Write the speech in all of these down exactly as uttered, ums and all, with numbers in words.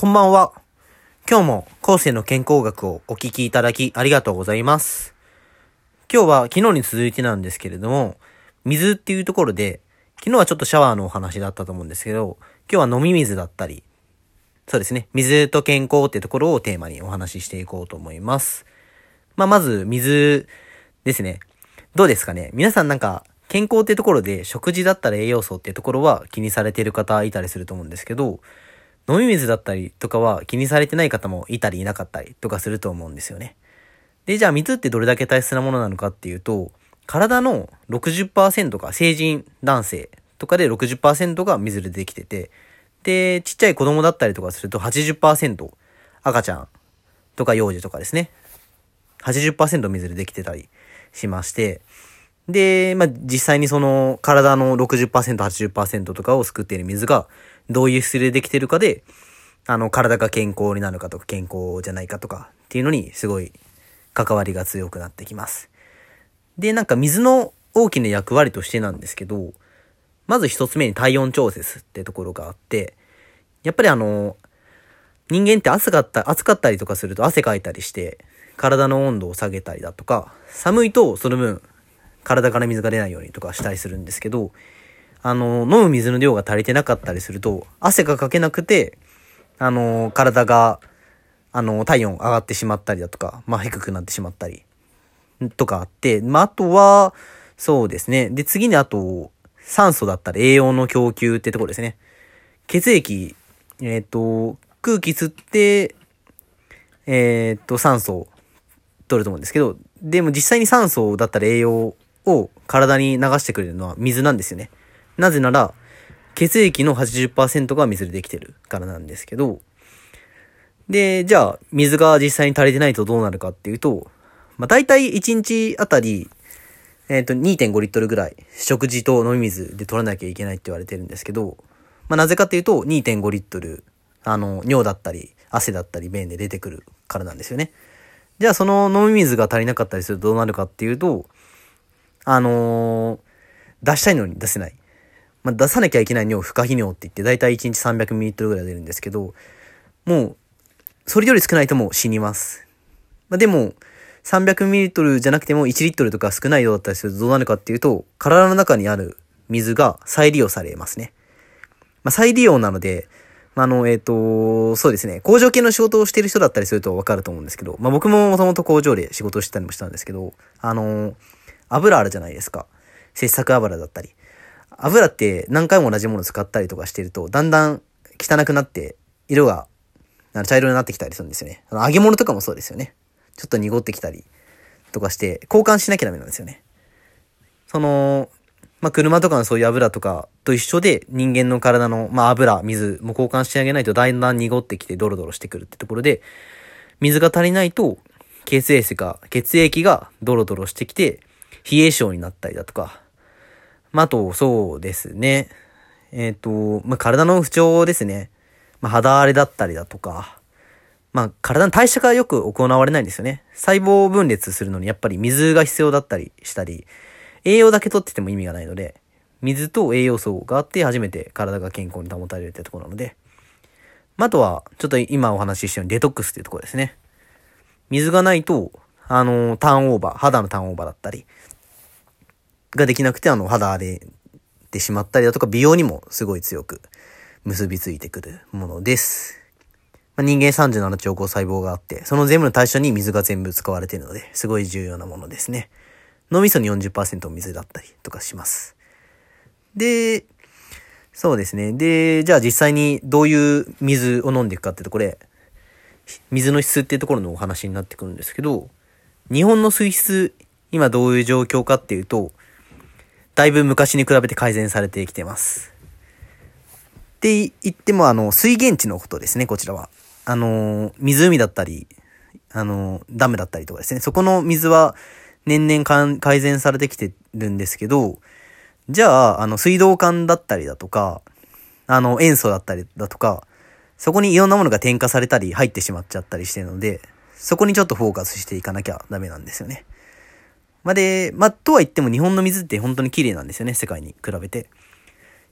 こんばんは。今日も後世の健康学をお聞きいただきありがとうございます。今日は昨日に続いてなんですけれども、水っていうところで、昨日はちょっとシャワーのお話だったと思うんですけど、今日は飲み水だったり、そうですね、水と健康っていうところをテーマにお話ししていこうと思います。まあ、まず水ですね。どうですかね。皆さんなんか健康っていうところで食事だったり栄養素っていうところは気にされている方いたりすると思うんですけど、飲み水だったりとかは気にされてない方もいたりいなかったりとかすると思うんですよね。で、じゃあ水ってどれだけ大切なものなのかっていうと、体の ろくじゅっパーセント が成人男性とかで ろくじゅっパーセント が水でできてて、で、ちっちゃい子供だったりとかすると はちじゅっパーセント 赤ちゃんとか幼児とかですね。はちじゅっパーセント 水でできてたりしまして、で、まあ、実際にその体の ろくじゅっパーセント、はちじゅっパーセント とかを救っている水がどういう質でできてるかで、あの、体が健康になるかとか健康じゃないかとかっていうのにすごい関わりが強くなってきます。で、なんか水の大きな役割としてなんですけど、まず一つ目に体温調節ってところがあって、やっぱりあの、人間って暑かった、暑かったりとかすると汗かいたりして、体の温度を下げたりだとか、寒いとその分体から水が出ないようにとかしたりするんですけど、あの、飲む水の量が足りてなかったりすると、汗がかけなくて、あの、体が、あの、体温上がってしまったりだとか、まあ、低くなってしまったり、とかあって、まあ、あとは、そうですね。で、次にあと、酸素だったり栄養の供給ってところですね。血液、えっと、空気吸って、えっと、酸素を取ると思うんですけど、でも実際に酸素だったり栄養を体に流してくれるのは水なんですよね。なぜなら、血液の はちじゅっパーセント が水でできてるからなんですけど、で、じゃあ、水が実際に足りてないとどうなるかっていうと、まあ、大体いちにちあたり、えっと、にてんごリットルぐらい、食事と飲み水で取らなきゃいけないって言われてるんですけど、まあ、なぜかっていうと、にてんごリットル、あの、尿だったり、汗だったり、便で出てくるからなんですよね。じゃあ、その飲み水が足りなかったりするとどうなるかっていうと、あのー、出したいのに出せない。まあ、出さなきゃいけない尿、不可避尿って言って、だいたいいちにち さんびゃくミリリットル ぐらい出るんですけど、もう、それより少ないともう死にます。まあ、でも、さんびゃくミリリットル じゃなくてもいちリットルとか少ない量だったりするとどうなるかっていうと、体の中にある水が再利用されますね。まあ、再利用なので、あの、えっと、そうですね、工場系の仕事をしている人だったりするとわかると思うんですけど、まあ、僕ももともと工場で仕事をしてたりもしたんですけど、あの、油あるじゃないですか。切削油だったり。油って何回も同じものを使ったりとかしてると、だんだん汚くなって、色が茶色になってきたりするんですよね。あの揚げ物とかもそうですよね。ちょっと濁ってきたりとかして、交換しなきゃダメなんですよね。その、まあ、車とかのそういう油とかと一緒で、人間の体の、まあ、油、水も交換してあげないとだんだん濁ってきてドロドロしてくるってところで、水が足りないと、血液が、血液がドロドロしてきて、冷え性になったりだとか、まあ、あと、そうですね。えっと、まあ、体の不調ですね。まあ、肌荒れだったりだとか、まあ、体の代謝がよく行われないんですよね。細胞分裂するのにやっぱり水が必要だったりしたり、栄養だけ取ってても意味がないので、水と栄養素があって初めて体が健康に保たれるってところなので、まあ、あとは、ちょっと今お話ししたようにデトックスっていうところですね。水がないと、あの、ターンオーバー、肌のターンオーバーだったり、ができなくて、あの、肌荒れてしまったりだとか、美容にもすごい強く結びついてくるものです。まあ、人間さんじゅうなな兆個細胞があって、その全部の代謝に水が全部使われているので、すごい重要なものですね。脳みそに よんじゅっパーセント 水だったりとかします。で、そうですね。で、じゃあ実際にどういう水を飲んでいくかってところで、水の質っていうところのお話になってくるんですけど、日本の水質、今どういう状況かっていうと、だいぶ昔に比べて改善されてきてます。って言っても、あの、水源地のことですね、こちらは。あの、湖だったり、あの、ダムだったりとかですね。そこの水は年々か改善されてきてるんですけど、じゃあ、あの、水道管だったりだとか、あの、塩素だったりだとか、そこにいろんなものが添加されたり入ってしまっちゃったりしてるので、そこにちょっとフォーカスしていかなきゃダメなんですよね。まあ、で、まあ、とは言っても日本の水って本当に綺麗なんですよね、世界に比べて。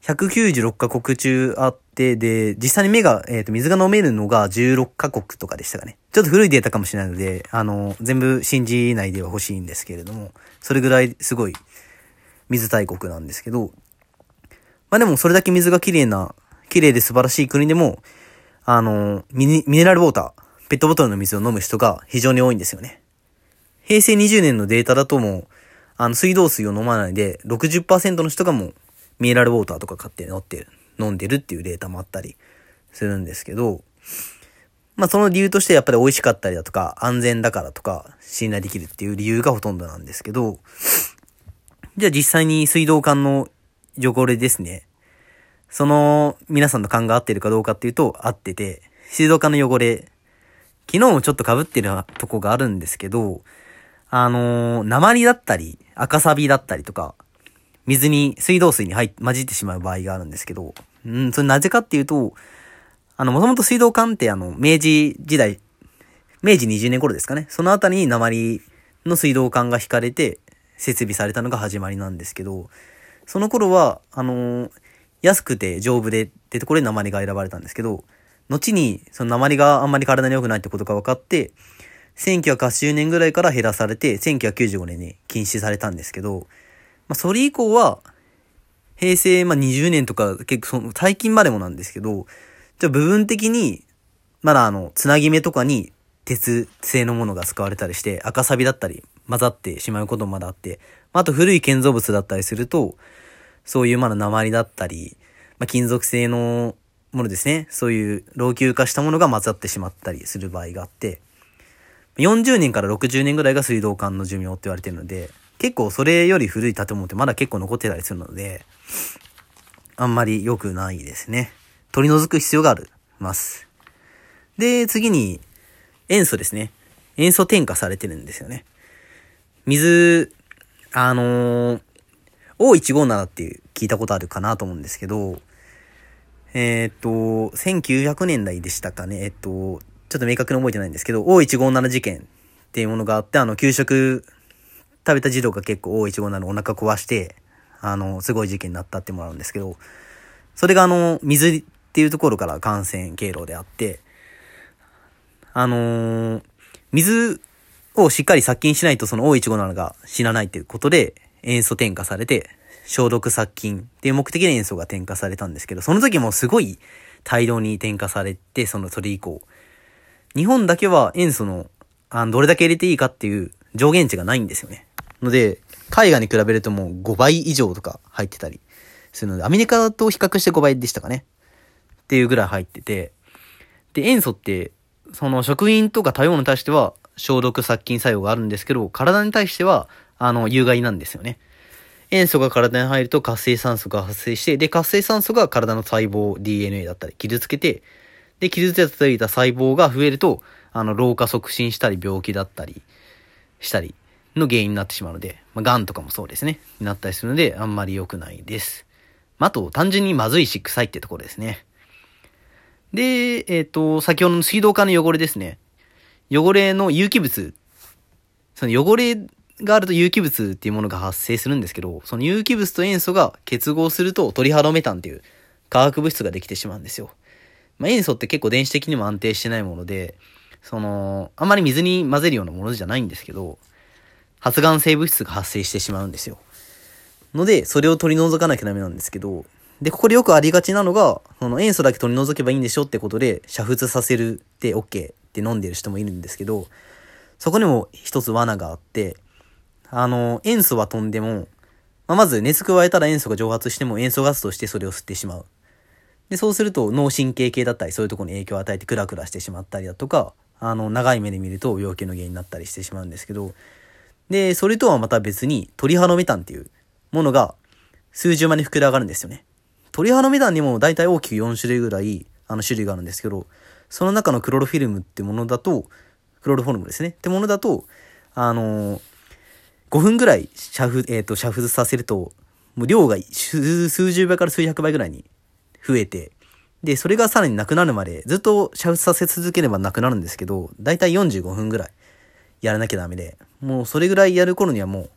ひゃくきゅうじゅうろっカ国中あって、で、実際に目が、えっと、水が飲めるのがじゅうろっカ国とかでしたかね。ちょっと古いデータかもしれないので、あの、全部信じないでは欲しいんですけれども、それぐらいすごい水大国なんですけど、まあでもそれだけ水が綺麗な、綺麗で素晴らしい国でも、あの、ミネ、ミネラルウォーター、ペットボトルの水を飲む人が非常に多いんですよね。へいせいにじゅうねんのデータだともう、あの、水道水を飲まないで、ろくじゅっパーセントの人がもう、ミネラルウォーターとか買って飲ってる、飲んでるっていうデータもあったりするんですけど、まあその理由としてやっぱり美味しかったりだとか、安全だからとか、信頼できるっていう理由がほとんどなんですけど、じゃあ実際に水道管の汚れですね。その皆さんの勘が合ってるかどうかっていうと合ってて、水道管の汚れ、昨日もちょっと被ってるとこがあるんですけど、あのー、鉛だったり、赤サビだったりとか、水に、水道水に入っ、混じってしまう場合があるんですけど、うん、それなぜかっていうと、あの、もともと水道管ってあの、明治時代、明治にじゅうねん頃ですかね。そのあたりに鉛の水道管が引かれて、設備されたのが始まりなんですけど、その頃は、あのー、安くて丈夫でってところで鉛が選ばれたんですけど、後にその鉛があんまり体に良くないってことが分かって、せんきゅうひゃくはちじゅうねんぐらいから減らされて、せんきゅうひゃくきゅうじゅうごねんに禁止されたんですけど、まあ、それ以降は、平成、まあ、にじゅうねんとか、結構その、最近までもなんですけど、じゃ部分的に、まだあの、つなぎ目とかに鉄製のものが使われたりして、赤サビだったり、混ざってしまうこともまだあって、あと古い建造物だったりすると、そういうまだ鉛だったり、まあ、金属製のものですね。そういう老朽化したものが混ざってしまったりする場合があって、よんじゅうねんからろくじゅうねんぐらいが水道管の寿命って言われてるので、結構それより古い建物ってまだ結構残ってたりするので、あんまり良くないですね。取り除く必要があります。で、次に、塩素ですね。塩素添加されてるんですよね。水、あのー、オーいちごーなな っていう聞いたことあるかなと思うんですけど、えー、っと、せんきゅうひゃくねんだいでしたかね。えっと、ちょっと明確に覚えてないんですけど、オーいちごーなな 事件っていうものがあって、あの、給食食べた児童が結構オーいちごーななのお腹壊して、あの、すごい事件になったってもらうんですけど、それがあの、水っていうところから感染経路であって、あのー、水をしっかり殺菌しないとその オーいちごーなな が死なないっていうことで、塩素添加されて、消毒殺菌っていう目的で塩素が添加されたんですけど、その時もすごい大量に添加されて、その、それ以降。日本だけは塩素の、あの、どれだけ入れていいかっていう上限値がないんですよね。ので、海外に比べるともうごばい以上とか入ってたりするので、アメリカと比較してごばいでしたかね。っていうぐらい入ってて、で、塩素って、その食品とか食べ物に対しては消毒殺菌作用があるんですけど、体に対しては、あの、有害なんですよね。塩素が体に入ると活性酸素が発生して、で、活性酸素が体の細胞 ディーエヌエー だったり傷つけて、で、傷ついた細胞が増えると、あの、老化促進したり病気だったりしたりの原因になってしまうので、まあ、癌とかもそうですね。になったりするので、あんまり良くないです。まあ、あと、単純にまずいし臭いってところですね。で、えっと、先ほどの水道管の汚れですね。汚れの有機物。その汚れがあると有機物っていうものが発生するんですけど、その有機物と塩素が結合するとトリハロメタンっていう化学物質ができてしまうんですよ。まあ、塩素って結構電子的にも安定してないもので、その、あんまり水に混ぜるようなものじゃないんですけど、発がん性物質が発生してしまうんですよ。ので、それを取り除かなきゃダメなんですけど、で、ここでよくありがちなのが、その塩素だけ取り除けばいいんでしょってことで、煮沸させるって OK って飲んでる人もいるんですけど、そこにも一つ罠があって、あの、塩素は飛んでも、まあ、まず熱加えたら塩素が蒸発しても塩素ガスとしてそれを吸ってしまう。で、そうすると脳神経系だったりそういうところに影響を与えてクラクラしてしまったりだとか、あの、長い目で見ると病気の原因になったりしてしまうんですけど、で、それとはまた別にトリハロメタンっていうものが数十万に膨れ上がるんですよね。トリハロメタンにも大体大きくよん種類ぐらいあの種類があるんですけど、その中のクロロフィルムってものだと、クロロフォルムですね。ってものだと、あのー、ごふんぐらい煮沸、えっと、煮沸させると、もう量が数、数十倍から数百倍ぐらいに増えて、で、それがさらになくなるまでずっと煮沸させ続ければなくなるんですけど、だいたいよんじゅうごふんぐらいやらなきゃダメで、もうそれぐらいやる頃にはもう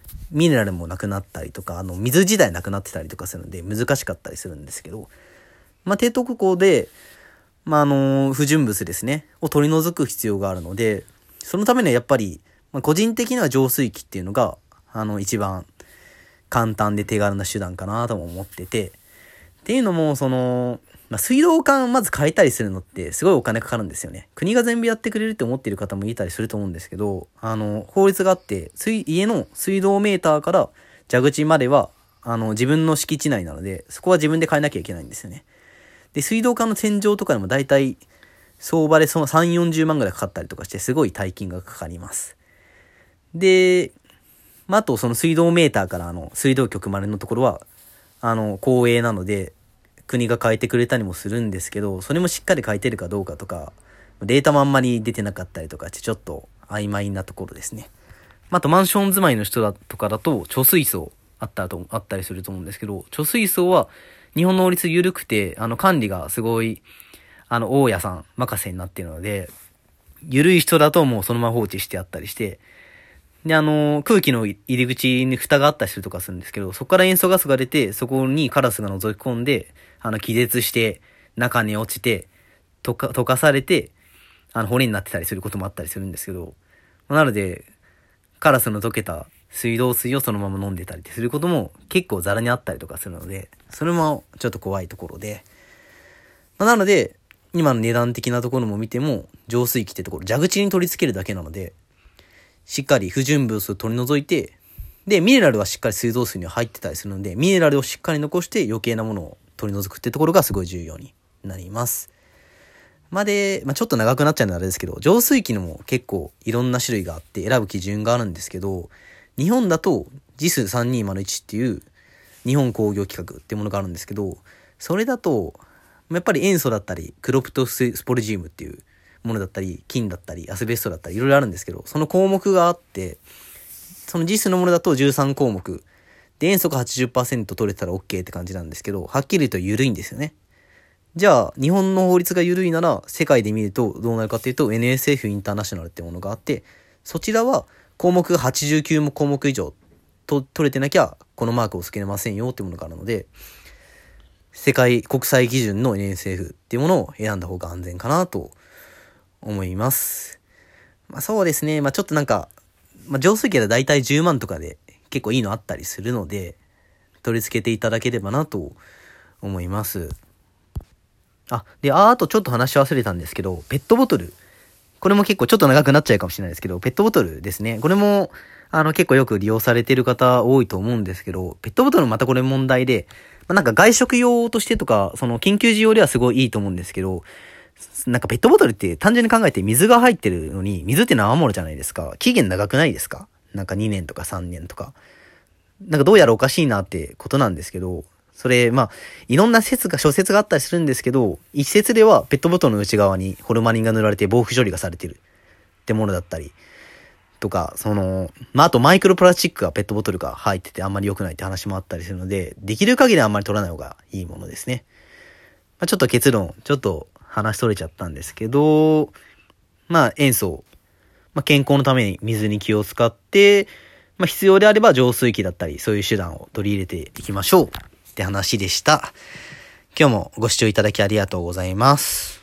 ミネラルもなくなったりとか、あの、水自体なくなってたりとかするので難しかったりするんですけど、まあ、低特鉱で、まあ、あの、不純物ですね、を取り除く必要があるので、そのためにはやっぱり、まあ、個人的には浄水器っていうのが、あの、一番簡単で手軽な手段かなとも思ってて、っていうのも、その、まあ、水道管まず変えたりするのってすごいお金かかるんですよね。国が全部やってくれるって思っている方もいたりすると思うんですけど、あの、法律があって、水、家の水道メーターから蛇口までは、あの、自分の敷地内なので、そこは自分で変えなきゃいけないんですよね。で、水道管の洗浄とかでも大体、相場でそのさん、よんじゅうまんぐらいかかったりとかして、すごい大金がかかります。で、まあ、あとその水道メーターからあの、水道局までのところは、あの、公営なので、国が変えてくれたりもするんですけど、それもしっかり変えてるかどうかとか、データもあんまり出てなかったりとかして、ちょっと曖昧なところですね。あとマンション住まいの人だとかだと、貯水槽あったと、あったりすると思うんですけど、貯水槽は日本の法律緩くて、あの管理がすごい、あの、大家さん任せになっているので、緩い人だともうそのまま放置してあったりして、で、あの、空気の入り口に蓋があったりするとかするんですけど、そこから塩素ガスが出て、そこにカラスが覗き込んで、あの、気絶して、中に落ちて、溶か、溶かされて、あの、骨になってたりすることもあったりするんですけど、なので、カラスの溶けた水道水をそのまま飲んでたりすることも結構ザラにあったりとかするので、それもちょっと怖いところで、なので、今の値段的なところも見ても、浄水器ってところ、蛇口に取り付けるだけなので、しっかり不純物を取り除いて、で、ミネラルはしっかり水道水には入ってたりするので、ミネラルをしっかり残して余計なものを取り除くってところがすごい重要になります。まあ、で、まあ、ちょっと長くなっちゃうのはあれですけど、浄水器のも結構いろんな種類があって選ぶ基準があるんですけど、日本だと ジスさんにーまるいち っていう日本工業規格っていうものがあるんですけど、それだと、やっぱり塩素だったり、クロプトスポリジウムっていうものだったり、金だったり、アスベストだったり、いろいろあるんですけど、その項目があって、その ジス のものだとじゅうさんこうもく。で、塩素が はちじゅっパーセント 取れたら OK って感じなんですけど、はっきり言うと緩いんですよね。じゃあ、日本の法律が緩いなら、世界で見るとどうなるかというと、エヌエスエフ インターナショナルってものがあって、そちらは項目がはちじゅうきゅうこうもく以上と取れてなきゃ、このマークをつけれませんよっていうものがあるので、世界国際基準の エヌエスエフ っていうものを選んだ方が安全かなと思います。まあそうですね。まあちょっとなんか、まあ浄水器はだいたいじゅうまんとかで結構いいのあったりするので、取り付けていただければなと思います。あ、で、あ、あとちょっと話し忘れたんですけど、ペットボトル。これも結構ちょっと長くなっちゃうかもしれないですけど、ペットボトルですね。これも、あの結構よく利用されている方多いと思うんですけど、ペットボトルもまたこれ問題で、まあ、なんか外食用としてとか、その緊急時用ではすごいいいと思うんですけど、なんかペットボトルって単純に考えて水が入ってるのに、水って生ものじゃないですか。期限長くないですか？なんかにねんとかさんねんとか。なんかどうやらおかしいなってことなんですけど、それ、まあ、いろんな説が、諸説があったりするんですけど、一説ではペットボトルの内側にホルマリンが塗られて防腐処理がされてるってものだったり、とか、その、まあ、あとマイクロプラスチックがペットボトルが入っててあんまり良くないって話もあったりするので、できる限りあんまり取らない方がいいものですね。まあ、ちょっと結論、ちょっと話し取れちゃったんですけど、まあ、塩素、まあ、健康のために水に気を使って、まあ、必要であれば浄水器だったり、そういう手段を取り入れていきましょうって話でした。今日もご視聴いただきありがとうございます。